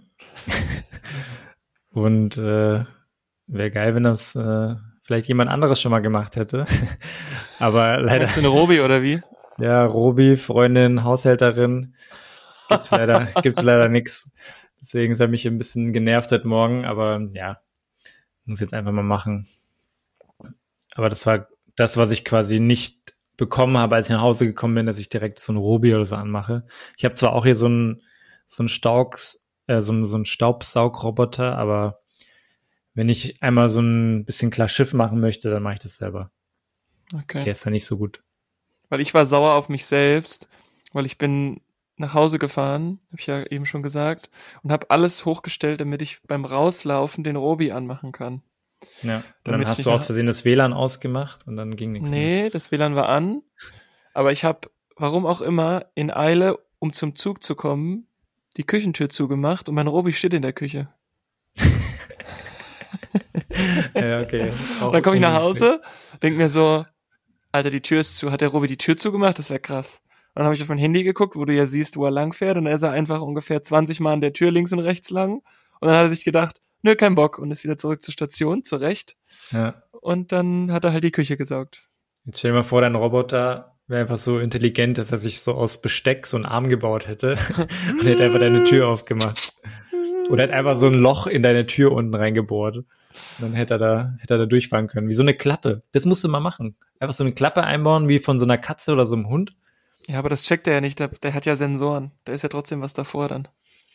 Und wäre geil, wenn das vielleicht jemand anderes schon mal gemacht hätte. Aber leider, Meinst du eine Robi oder wie? ja, Robi, Freundin, Haushälterin, gibt's leider nix. Deswegen ist er mich ein bisschen genervt heute Morgen, aber ja, muss jetzt einfach mal machen. Aber das war das, was ich quasi nicht bekommen habe, als ich nach Hause gekommen bin, dass ich direkt so ein Robi oder so anmache. Ich habe zwar auch hier so ein so ein Staubsaugroboter, aber wenn ich einmal so ein bisschen klar Schiff machen möchte, dann mache ich das selber. Okay. Der ist ja nicht so gut. Weil ich war sauer auf mich selbst, weil ich bin nach Hause gefahren, habe ich ja eben schon gesagt, und habe alles hochgestellt, damit ich beim Rauslaufen den Robi anmachen kann. Ja. Und Damit dann ich hast nicht du aus nach- Versehen das WLAN ausgemacht und dann ging nichts mehr. Nee, das WLAN war an, aber ich habe, warum auch immer, in Eile, um zum Zug zu kommen, die Küchentür zugemacht und mein Robi steht in der Küche. Ja, okay. Und dann komme ich nach Hause, denk mir so, Alter, die Tür ist zu. Hat der Robi die Tür zugemacht? Das wäre krass. Und dann habe ich auf mein Handy geguckt, wo du ja siehst, wo er langfährt. Und er ist er einfach ungefähr 20 Mal an der Tür links und rechts lang. Und dann hat er sich gedacht, nö, kein Bock. Und ist wieder zurück zur Station, zurecht. Ja. Und dann hat er halt die Küche gesaugt. Jetzt stell dir mal vor, dein Roboter wäre einfach so intelligent, dass er sich so aus Besteck so einen Arm gebaut hätte und hätte einfach deine Tür aufgemacht. Oder hätte einfach so ein Loch in deine Tür unten reingebohrt. Und dann hätte er da durchfahren können. Wie so eine Klappe. Das musst du mal machen. Einfach so eine Klappe einbauen, wie von so einer Katze oder so einem Hund. Ja, aber das checkt er ja nicht. Der hat ja Sensoren. Da ist ja trotzdem was davor dann.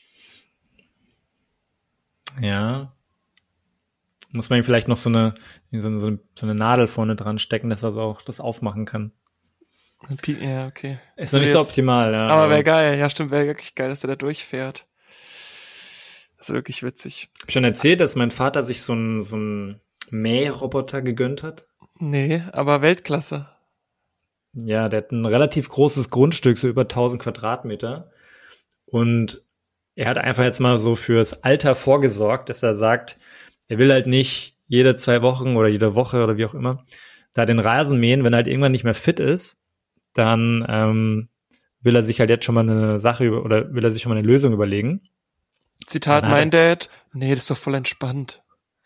Ja. Muss man ihm vielleicht noch so eine Nadel vorne dran stecken, dass er auch das aufmachen kann. Ja, okay. Ist noch nicht so optimal, ja. Aber wäre geil. Ja, stimmt, wäre wirklich geil, dass er da durchfährt. Das ist wirklich witzig. Ich hab schon erzählt, dass mein Vater sich so einen Mähroboter gegönnt hat. Nee, aber Weltklasse. Ja, der hat ein relativ großes Grundstück, so über 1000 Quadratmeter. Und er hat einfach jetzt mal so fürs Alter vorgesorgt, dass er sagt, er will halt nicht jede 2 Wochen oder jede Woche oder wie auch immer da den Rasen mähen. Wenn er halt irgendwann nicht mehr fit ist, dann will er sich halt jetzt schon mal will er sich schon mal eine Lösung überlegen. Zitat mein Dad, nee, das ist doch voll entspannt.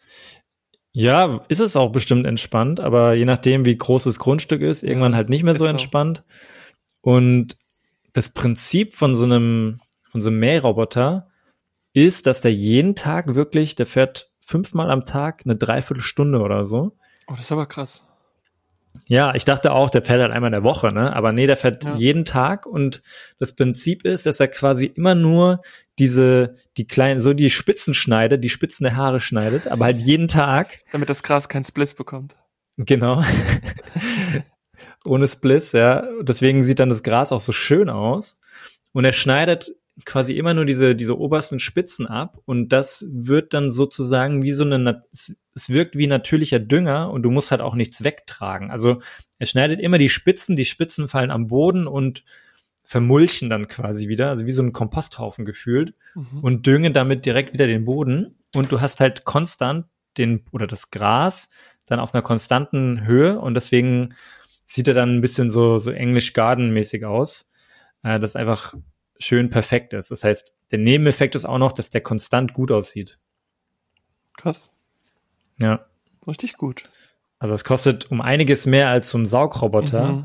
Ja, ist es auch bestimmt entspannt, aber je nachdem, wie groß das Grundstück ist, irgendwann halt nicht mehr so entspannt. Und das Prinzip von so einem Mähroboter ist, dass der jeden Tag der fährt 5-mal am Tag eine Dreiviertelstunde oder so. Oh, das ist aber krass. Ja, ich dachte auch, der fährt halt einmal in der Woche, ne? Aber nee, der fährt jeden Tag und das Prinzip ist, dass er quasi immer nur die Spitzen schneidet, die Spitzen der Haare schneidet, aber halt jeden Tag. Damit das Gras keinen Spliss bekommt. Genau. Ohne Spliss, ja. Deswegen sieht dann das Gras auch so schön aus. Und er schneidet quasi immer nur diese obersten Spitzen ab und das wird dann sozusagen wie es wirkt wie natürlicher Dünger und du musst halt auch nichts wegtragen. Also er schneidet immer die Spitzen fallen am Boden und vermulchen dann quasi wieder, also wie so ein Komposthaufen gefühlt und düngen damit direkt wieder den Boden und du hast halt konstant das Gras dann auf einer konstanten Höhe und deswegen sieht er dann ein bisschen so English Garden mäßig aus, das einfach schön perfekt ist. Das heißt, der Nebeneffekt ist auch noch, dass der konstant gut aussieht. Krass. Ja. Richtig gut. Also es kostet um einiges mehr als so ein Saugroboter.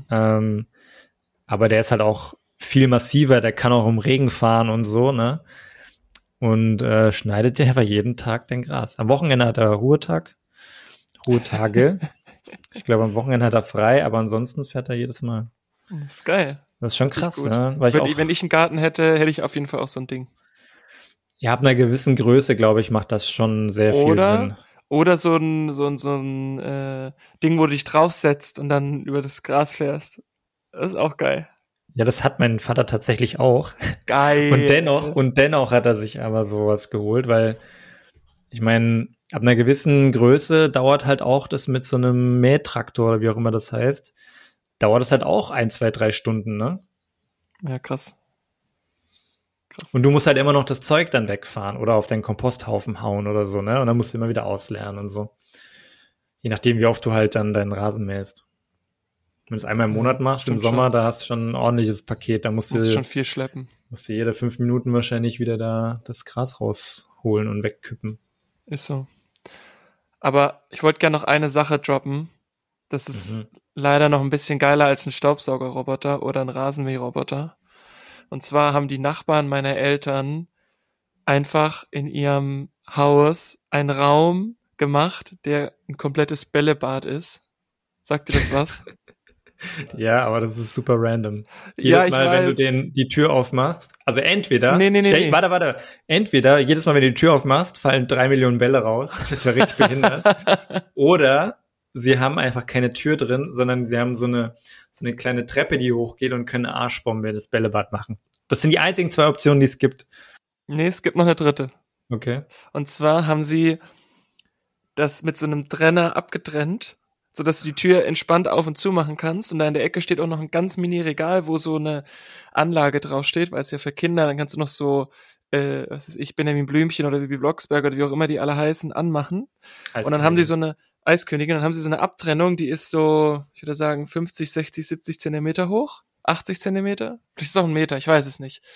Aber der ist halt auch viel massiver, der kann auch im Regen fahren und so, ne? Und schneidet dir einfach jeden Tag dein Gras. Am Wochenende hat er Ruhetage. Ich glaube, am Wochenende hat er frei, aber ansonsten fährt er jedes Mal. Das ist geil. Das ist schon krass, ne? Wenn ich einen Garten hätte, hätte ich auf jeden Fall auch so ein Ding. Ja, ab einer gewissen Größe, glaube ich, macht das schon sehr viel Sinn. Oder so ein Ding, wo du dich draufsetzt und dann über das Gras fährst. Das ist auch geil. Ja, das hat mein Vater tatsächlich auch. Geil. Und dennoch hat er sich aber sowas geholt, weil ich meine, ab einer gewissen Größe dauert halt auch das mit so einem Mähtraktor oder wie auch immer das heißt, dauert es halt auch 1, 2, 3 Stunden, ne? Ja, krass. Und du musst halt immer noch das Zeug dann wegfahren oder auf deinen Komposthaufen hauen oder so, ne? Und dann musst du immer wieder ausleeren und so. Je nachdem, wie oft du halt dann deinen Rasen mähst. Wenn du es einmal im Monat machst, im Sommer, da hast du schon ein ordentliches Paket. Da musst du schon viel schleppen. Musst du jede 5 Minuten wahrscheinlich wieder da das Gras rausholen und wegkippen. Ist so. Aber ich wollte gerne noch eine Sache droppen. Das ist leider noch ein bisschen geiler als ein Staubsaugerroboter oder ein Rasenmäherroboter. Und zwar haben die Nachbarn meiner Eltern einfach in ihrem Haus einen Raum gemacht, der ein komplettes Bällebad ist. Sagt dir das was? Ja, aber das ist super random. Ja, Jedes ich Mal, wenn du weiß. die Tür aufmachst, also entweder, Nee. warte, entweder jedes Mal, wenn du die Tür aufmachst, fallen 3 Millionen Bälle raus. Das ist ja richtig behindert. Oder sie haben einfach keine Tür drin, sondern sie haben so eine kleine Treppe, die hochgeht und können Arschbombe in das Bällebad machen. Das sind die einzigen 2 Optionen, die es gibt. Nee, es gibt noch eine dritte. Okay. Und zwar haben sie das mit so einem Trenner abgetrennt, sodass du die Tür entspannt auf und zu machen kannst. Und da in der Ecke steht auch noch ein ganz Mini-Regal, wo so eine Anlage draufsteht, weil es ja für Kinder, dann kannst du noch so, was weiß ich, Benjamin Blümchen oder Bibi Blocksberg oder wie auch immer die alle heißen, anmachen. Und dann haben sie so eine Eiskönigin, dann haben sie so eine Abtrennung, die ist so, ich würde sagen, 50, 60, 70 Zentimeter hoch, 80 Zentimeter, vielleicht ist es auch ein Meter, ich weiß es nicht.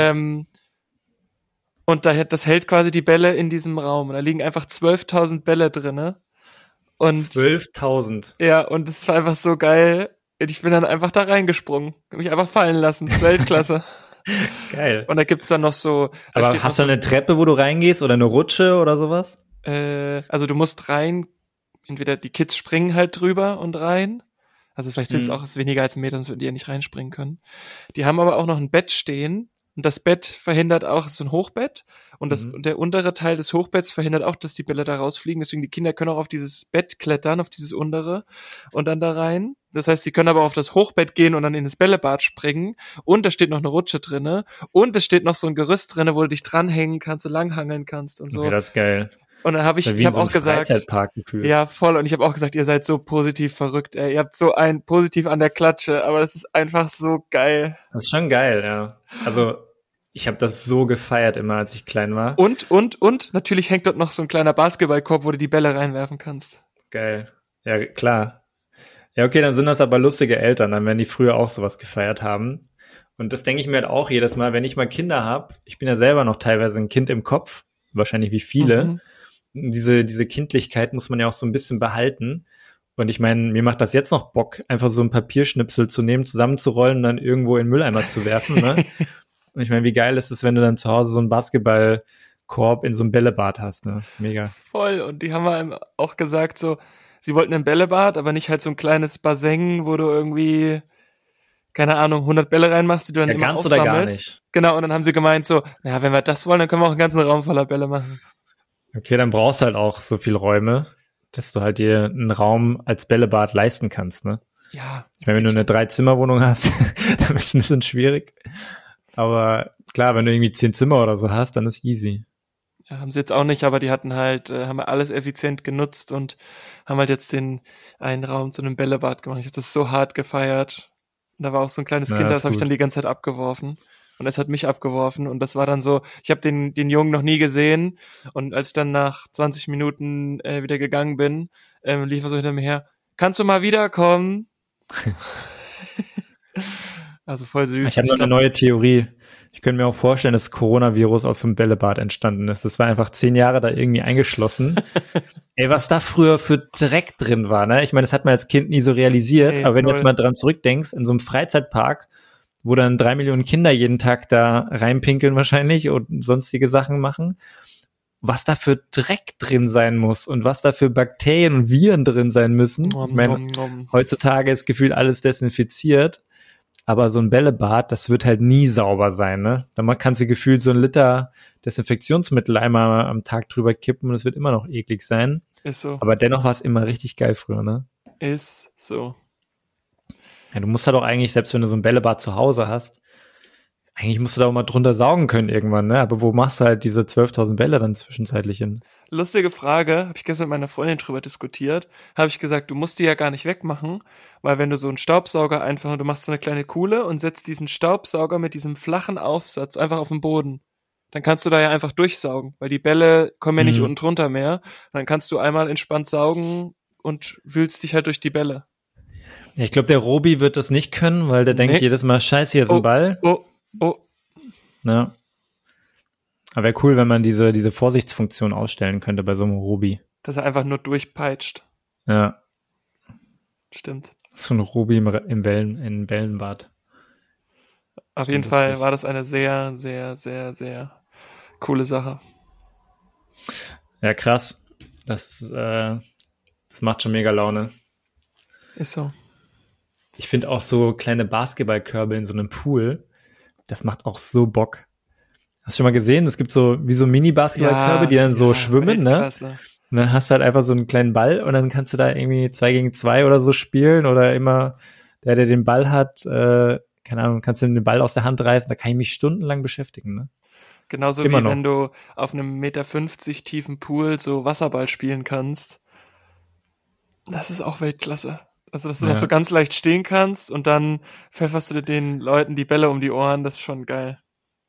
Und das hält quasi die Bälle in diesem Raum. Und da liegen einfach 12.000 Bälle drinne. Und 12.000. ja, und es war einfach so geil. Ich bin dann einfach da reingesprungen. Hab mich einfach fallen lassen. Das ist Weltklasse. Geil. Und da gibt's dann noch so. Aber hast du eine Treppe, wo du reingehst oder eine Rutsche oder sowas? Also du musst rein, entweder die Kids springen halt drüber und rein. Also vielleicht sind es auch weniger als 1 Meter, sonst würden die ja nicht reinspringen können. Die haben aber auch noch ein Bett stehen. Und das Bett verhindert auch, es ist so ein Hochbett. Und der untere Teil des Hochbetts verhindert auch, dass die Bälle da rausfliegen. Deswegen die Kinder können auch auf dieses Bett klettern, auf dieses untere und dann da rein. Das heißt, sie können aber auf das Hochbett gehen und dann in das Bällebad springen. Und da steht noch eine Rutsche drinne. Und es steht noch so ein Gerüst drinne, wo du dich dranhängen kannst, so langhangeln kannst und so. Okay, das ist geil. Und dann habe ich habe auch gesagt, Freizeitparkgefühl. Ja, voll. Und ich habe auch gesagt, ihr seid so positiv verrückt, ey. Ihr habt so ein positiv an der Klatsche, aber das ist einfach so geil. Das ist schon geil, ja. Also ich habe das so gefeiert immer, als ich klein war. Und natürlich hängt dort noch so ein kleiner Basketballkorb, wo du die Bälle reinwerfen kannst. Geil. Ja, klar. Ja, okay, dann sind das aber lustige Eltern, dann werden die früher auch sowas gefeiert haben. Und das denke ich mir halt auch jedes Mal, wenn ich mal Kinder habe. Ich bin ja selber noch teilweise ein Kind im Kopf, wahrscheinlich wie viele. Diese Kindlichkeit muss man ja auch so ein bisschen behalten. Und ich meine, mir macht das jetzt noch Bock, einfach so ein Papierschnipsel zu nehmen, zusammenzurollen und dann irgendwo in den Mülleimer zu werfen, ne? Und ich meine, wie geil ist es, wenn du dann zu Hause so einen Basketballkorb in so einem Bällebad hast, ne? Mega. Voll. Und die haben einem auch gesagt, so, sie wollten ein Bällebad, aber nicht halt so ein kleines Bassin, wo du irgendwie, keine Ahnung, 100 Bälle reinmachst, die du dann immer ganz aufsammelst. oder gar nicht. Genau, und dann haben sie gemeint so, ja, wenn wir das wollen, dann können wir auch einen ganzen Raum voller Bälle machen. Okay, dann brauchst du halt auch so viel Räume, dass du halt dir einen Raum als Bällebad leisten kannst, ne? Ja. Ich meine, wenn du eine 3-Zimmer-Wohnung hast, dann ist es ein bisschen schwierig. Aber klar, wenn du irgendwie 10 Zimmer oder so hast, dann ist easy. Ja, haben sie jetzt auch nicht, aber die hatten halt, haben alles effizient genutzt und haben halt jetzt den einen Raum zu einem Bällebad gemacht. Ich habe das so hart gefeiert. Und da war auch so ein kleines Kind, das habe ich dann die ganze Zeit abgeworfen. Und es hat mich abgeworfen. Und das war dann so, ich habe den Jungen noch nie gesehen. Und als ich dann nach 20 Minuten wieder gegangen bin, lief er so hinter mir her, kannst du mal wiederkommen? Also voll süß. Ich habe noch eine neue Theorie. Ich könnte mir auch vorstellen, dass Coronavirus aus dem Bällebad entstanden ist. Das war einfach 10 Jahre da irgendwie eingeschlossen. Ey, was da früher für Dreck drin war, ne? Ich meine, das hat man als Kind nie so realisiert. Aber wenn du jetzt mal dran zurückdenkst, in so einem Freizeitpark, wo dann 3 Millionen Kinder jeden Tag da reinpinkeln wahrscheinlich und sonstige Sachen machen, was da für Dreck drin sein muss und was da für Bakterien und Viren drin sein müssen. Ich meine, heutzutage ist gefühlt alles desinfiziert. Aber so ein Bällebad, das wird halt nie sauber sein, ne? Da kannst du gefühlt so 1 Liter Desinfektionsmittel einmal am Tag drüber kippen und es wird immer noch eklig sein. Ist so. Aber dennoch war es immer richtig geil früher, ne? Ist so. Ja, du musst halt auch eigentlich, selbst wenn du so ein Bällebad zu Hause hast, eigentlich musst du da auch mal drunter saugen können irgendwann, ne? Aber wo machst du halt diese 12.000 Bälle dann zwischenzeitlich hin? Lustige Frage, habe ich gestern mit meiner Freundin drüber diskutiert, habe ich gesagt, du musst die ja gar nicht wegmachen, weil wenn du so einen Staubsauger einfach, du machst so eine kleine Kuhle und setzt diesen Staubsauger mit diesem flachen Aufsatz einfach auf den Boden, dann kannst du da ja einfach durchsaugen, weil die Bälle kommen ja nicht unten drunter mehr, und dann kannst du einmal entspannt saugen und wühlst dich halt durch die Bälle. Ja, ich glaube, der Robi wird das nicht können, weil der denkt jedes Mal, scheiße, hier ist ein Ball. Ja. Aber wäre cool, wenn man diese Vorsichtsfunktion ausstellen könnte bei so einem Robi. Dass er einfach nur durchpeitscht. Ja. Stimmt. So ein Ruby im Wellenbad. Auf Schon jeden Fall lustig. war das eine sehr, sehr, sehr, sehr coole Sache. Ja, krass. Das macht schon mega Laune. Ist so. Ich finde auch so kleine Basketballkörbe in so einem Pool, das macht auch so Bock. Hast du schon mal gesehen? Es gibt so wie so Mini-Basketballkörbe, die dann so schwimmen, ne? Weltklasse. Und dann hast du halt einfach so einen kleinen Ball und dann kannst du da irgendwie 2 gegen 2 oder so spielen oder immer der den Ball hat, keine Ahnung, kannst du den Ball aus der Hand reißen, da kann ich mich stundenlang beschäftigen, ne? Genauso Immer wie noch. wenn du auf einem 1,50 Meter tiefen Pool so Wasserball spielen kannst. Das ist auch Weltklasse. Also, dass du noch Ja. so ganz leicht stehen kannst und dann pfefferst du den Leuten die Bälle um die Ohren, das ist schon geil.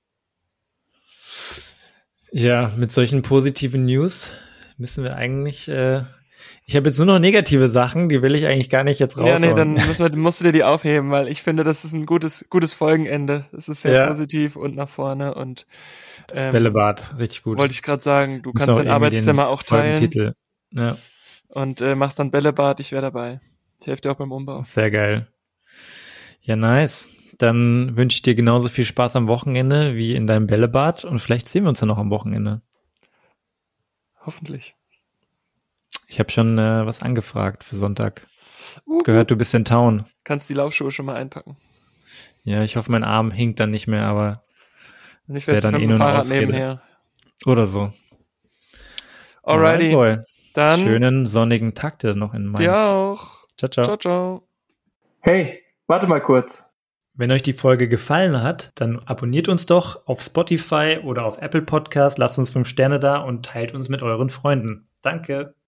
Ja, mit solchen positiven News müssen wir eigentlich, ich habe jetzt nur noch negative Sachen, die will ich eigentlich gar nicht jetzt raushauen. Ja, nee, dann musst du dir die aufheben, weil ich finde, das ist ein gutes Folgenende. Es ist sehr Ja. positiv und nach vorne und Das Bällebad, richtig gut. wollte ich gerade sagen, du Muss kannst auch dein irgendwie Arbeitszimmer den auch teilen Folgentitel. Ja, und machst dann Bällebad, ich wäre dabei. Ich helfe dir auch beim Umbau. sehr geil. Ja, nice. Dann wünsche ich dir genauso viel Spaß am Wochenende wie in deinem Bällebad und vielleicht sehen wir uns ja noch am Wochenende. Hoffentlich. Ich habe schon was angefragt für Sonntag. Gehört, du bist in Town. Kannst die Laufschuhe schon mal einpacken. Ja, ich hoffe, mein Arm hinkt dann nicht mehr, aber Und ich wär werde dann mit eh dem nur eine Fahrrad Ausrede. nebenher. Oder so. Alrighty. Boy. Dann Schönen sonnigen Tag dir noch in Mainz. dir auch. Ciao, ciao. Ciao, ciao. Hey, warte mal kurz. Wenn euch die Folge gefallen hat, dann abonniert uns doch auf Spotify oder auf Apple Podcast, lasst uns 5 Sterne da und teilt uns mit euren Freunden. Danke.